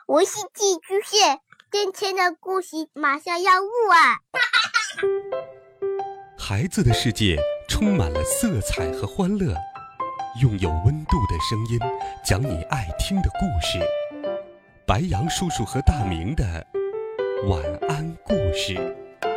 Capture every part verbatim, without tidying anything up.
我是寄居蟹，今天的故事马上要录啊！ 孩子的世界充满了色彩和欢乐，用有温度的声音讲你爱听的故事。白杨叔叔和大明的晚安故事。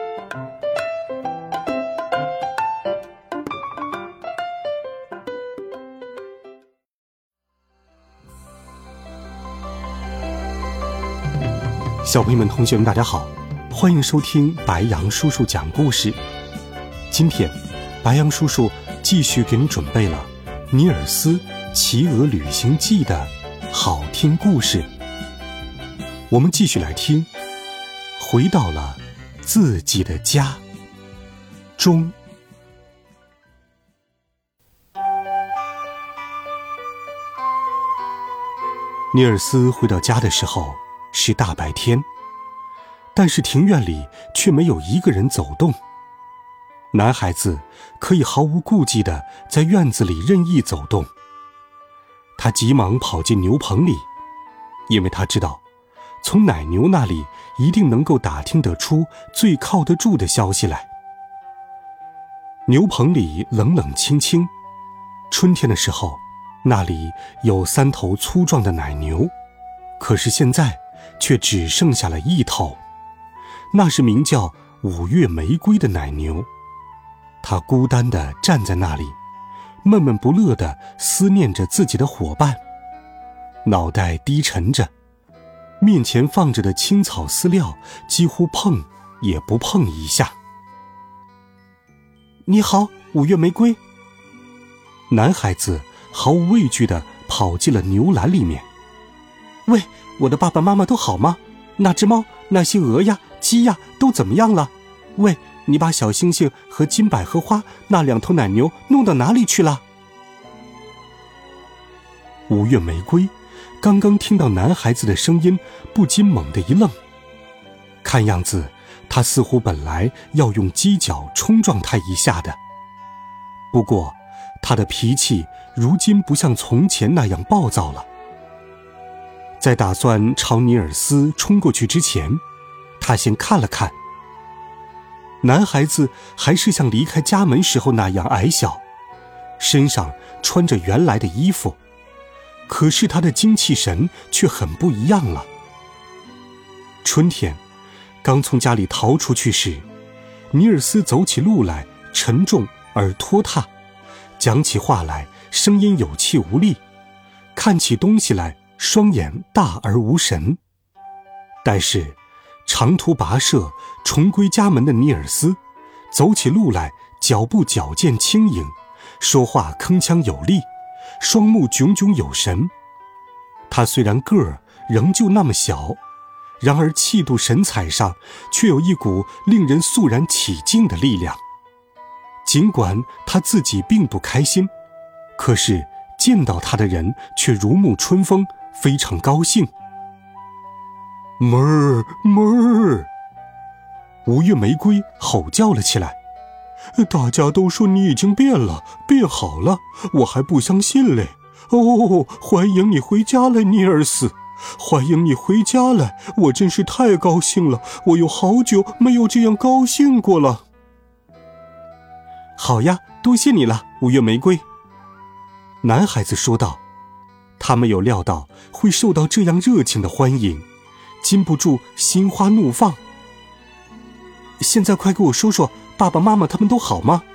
小朋友们、同学们，大家好，欢迎收听白杨叔叔讲故事。今天，白杨叔叔继续给你准备了《尼尔斯骑鹅旅行记》的好听故事。我们继续来听，回到了自己的家中。尼尔斯回到家的时候是大白天，但是庭院里却没有一个人走动。男孩子可以毫无顾忌地在院子里任意走动。他急忙跑进牛棚里，因为他知道从奶牛那里一定能够打听得出最靠得住的消息来。牛棚里冷冷清清，春天的时候那里有三头粗壮的奶牛，可是现在却只剩下了一头，那是名叫五月玫瑰的奶牛。它孤单地站在那里，闷闷不乐地思念着自己的伙伴，脑袋低沉着，面前放着的青草饲料几乎碰也不碰一下。你好，五月玫瑰。男孩子毫无畏惧地跑进了牛栏里面。喂，我的爸爸妈妈都好吗？那只猫、那些鹅呀、鸡呀都怎么样了？喂，你把小星星和金百合花那两头奶牛弄到哪里去了？五月玫瑰刚刚听到男孩子的声音，不禁猛地一愣。看样子他似乎本来要用犄角冲撞他一下的，不过他的脾气如今不像从前那样暴躁了。在打算朝尼尔斯冲过去之前，他先看了看。男孩子还是像离开家门时候那样矮小，身上穿着原来的衣服，可是他的精气神却很不一样了。春天刚从家里逃出去时，尼尔斯走起路来沉重而拖沓，讲起话来声音有气无力，看起东西来双眼大而无神。但是长途跋涉重归家门的尼尔斯走起路来脚步矫健轻盈，说话铿锵有力，双目炯炯有神。他虽然个儿仍旧那么小，然而气度神采上却有一股令人肃然起敬的力量。尽管他自己并不开心，可是见到他的人却如沐春风，非常高兴。哞儿哞儿，五月玫瑰吼叫了起来。大家都说你已经变了，变好了，我还不相信嘞。哦，欢迎你回家来，尼尔斯，欢迎你回家来，我真是太高兴了，我有好久没有这样高兴过了。好呀，多谢你了，五月玫瑰。男孩子说道。他没有料到会受到这样热情的欢迎，禁不住心花怒放。现在快给我说说，爸爸妈妈他们都好吗？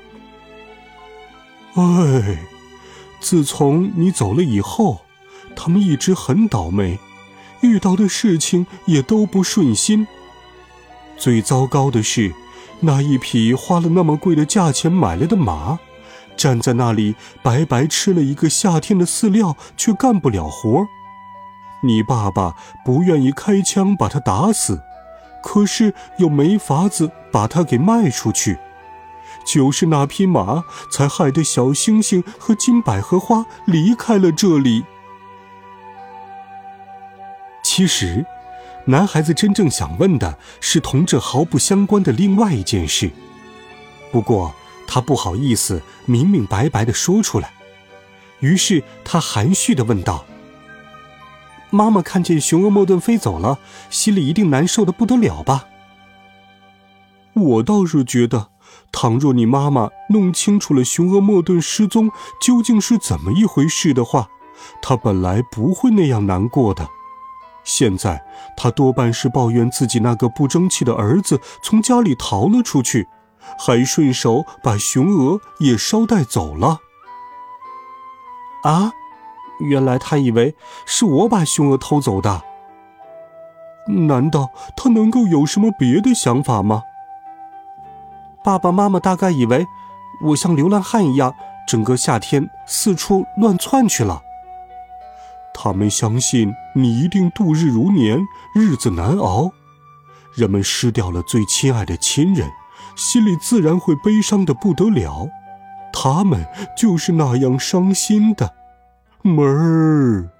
哎，自从你走了以后，他们一直很倒霉，遇到的事情也都不顺心。最糟糕的是，那一匹花了那么贵的价钱买来的马，站在那里白白吃了一个夏天的饲料，却干不了活。你爸爸不愿意开枪把他打死，可是又没法子把他给卖出去。就是那匹马才害得小星星和金百合花离开了这里。其实男孩子真正想问的是同这毫不相关的另外一件事，不过他不好意思明明白白地说出来，于是他含蓄地问道： 妈妈看见熊鹅莫顿飞走了，心里一定难受得不得了吧？我倒是觉得，倘若你妈妈弄清楚了熊鹅莫顿失踪究竟是怎么一回事的话，她本来不会那样难过的。现在她多半是抱怨自己那个不争气的儿子从家里逃了出去，还顺手把熊鹅也捎带走了。啊，原来她以为是我把熊鹅偷走的。难道她能够有什么别的想法吗？爸爸妈妈大概以为我像流浪汉一样，整个夏天四处乱窜去了。他们相信你一定度日如年，日子难熬。人们失掉了最亲爱的亲人，心里自然会悲伤得不得了。他们就是那样伤心的。门儿。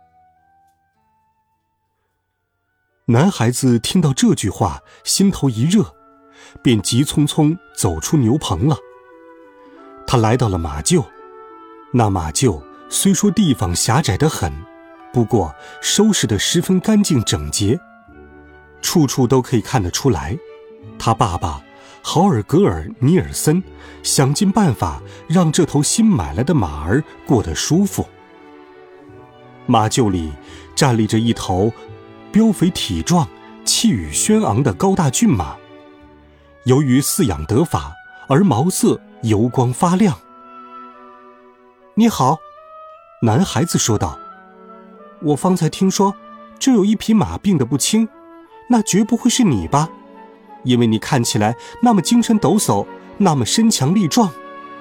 男孩子听到这句话，心头一热，便急匆匆走出牛棚了。他来到了马厩，那马厩虽说地方狭窄得很，不过收拾得十分干净整洁，处处都可以看得出来，他爸爸豪尔格尔·尼尔森想尽办法让这头新买来的马儿过得舒服。马厩里站立着一头膘肥体壮、气宇轩昂的高大骏马，由于饲养得法，而毛色油光发亮。你好，男孩子说道，我方才听说这有一匹马病得不轻，那绝不会是你吧？因为你看起来那么精神抖擞，那么身强力壮。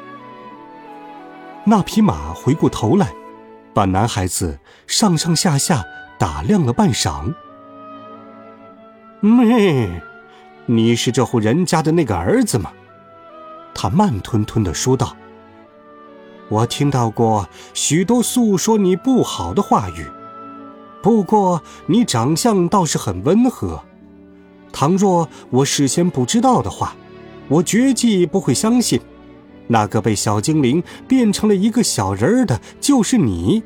那匹马回过头来，把男孩子上上下下打量了半晌。嗯，你是这户人家的那个儿子吗？他慢吞吞地说道。我听到过许多诉说你不好的话语，不过你长相倒是很温和。倘若我事先不知道的话，我绝技不会相信那个被小精灵变成了一个小人儿的就是你。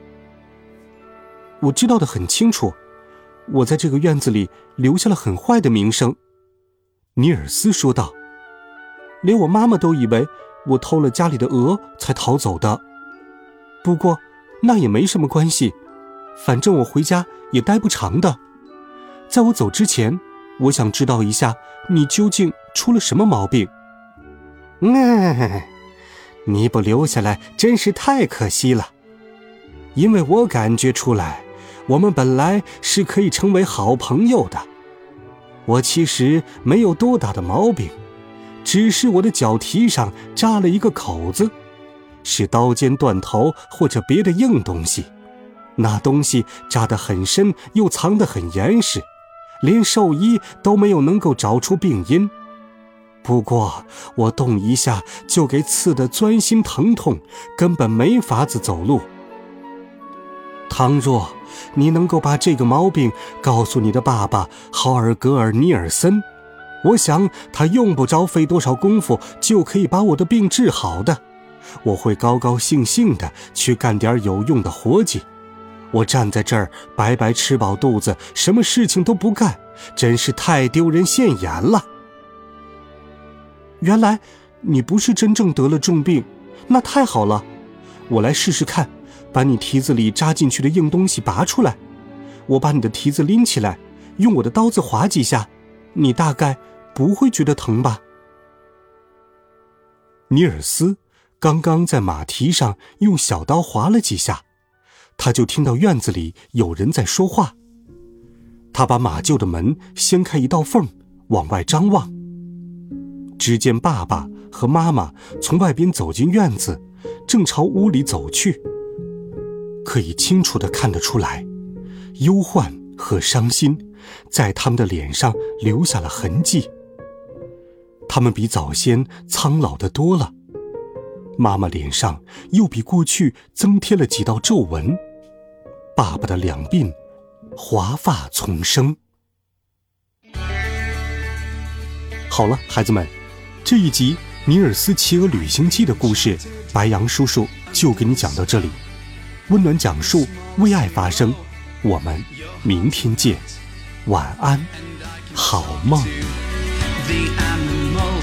我知道得很清楚，我在这个院子里留下了很坏的名声。尼尔斯说道，连我妈妈都以为我偷了家里的鹅才逃走的。不过那也没什么关系，反正我回家也待不长的。在我走之前，我想知道一下你究竟出了什么毛病。嗯，你不留下来真是太可惜了，因为我感觉出来我们本来是可以成为好朋友的。我其实没有多大的毛病，只是我的脚蹄上扎了一个口子，是刀尖断头或者别的硬东西。那东西扎得很深，又藏得很严实，连兽医都没有能够找出病因。不过我动一下就给刺得钻心疼痛，根本没法子走路。倘若你能够把这个毛病告诉你的爸爸豪尔格尔·尼尔森，我想他用不着费多少功夫就可以把我的病治好的。我会高高兴兴地去干点有用的活计。我站在这儿白白吃饱肚子，什么事情都不干，真是太丢人现眼了。原来你不是真正得了重病，那太好了。我来试试看，把你蹄子里扎进去的硬东西拔出来。我把你的蹄子拎起来，用我的刀子划几下，你大概不会觉得疼吧？尼尔斯刚刚在马蹄上用小刀划了几下，他就听到院子里有人在说话。他把马厩的门掀开一道缝，往外张望。只见爸爸和妈妈从外边走进院子，正朝屋里走去。可以清楚地看得出来，忧患和伤心在他们的脸上留下了痕迹。他们比早先苍老得多了，妈妈脸上又比过去增添了几道皱纹，爸爸的两鬓华发丛生。好了，孩子们，这一集《尼尔斯骑鹅旅行记》的故事，白杨叔叔就给你讲到这里。温暖讲述，为爱发声， 我们明天见，晚安，好梦。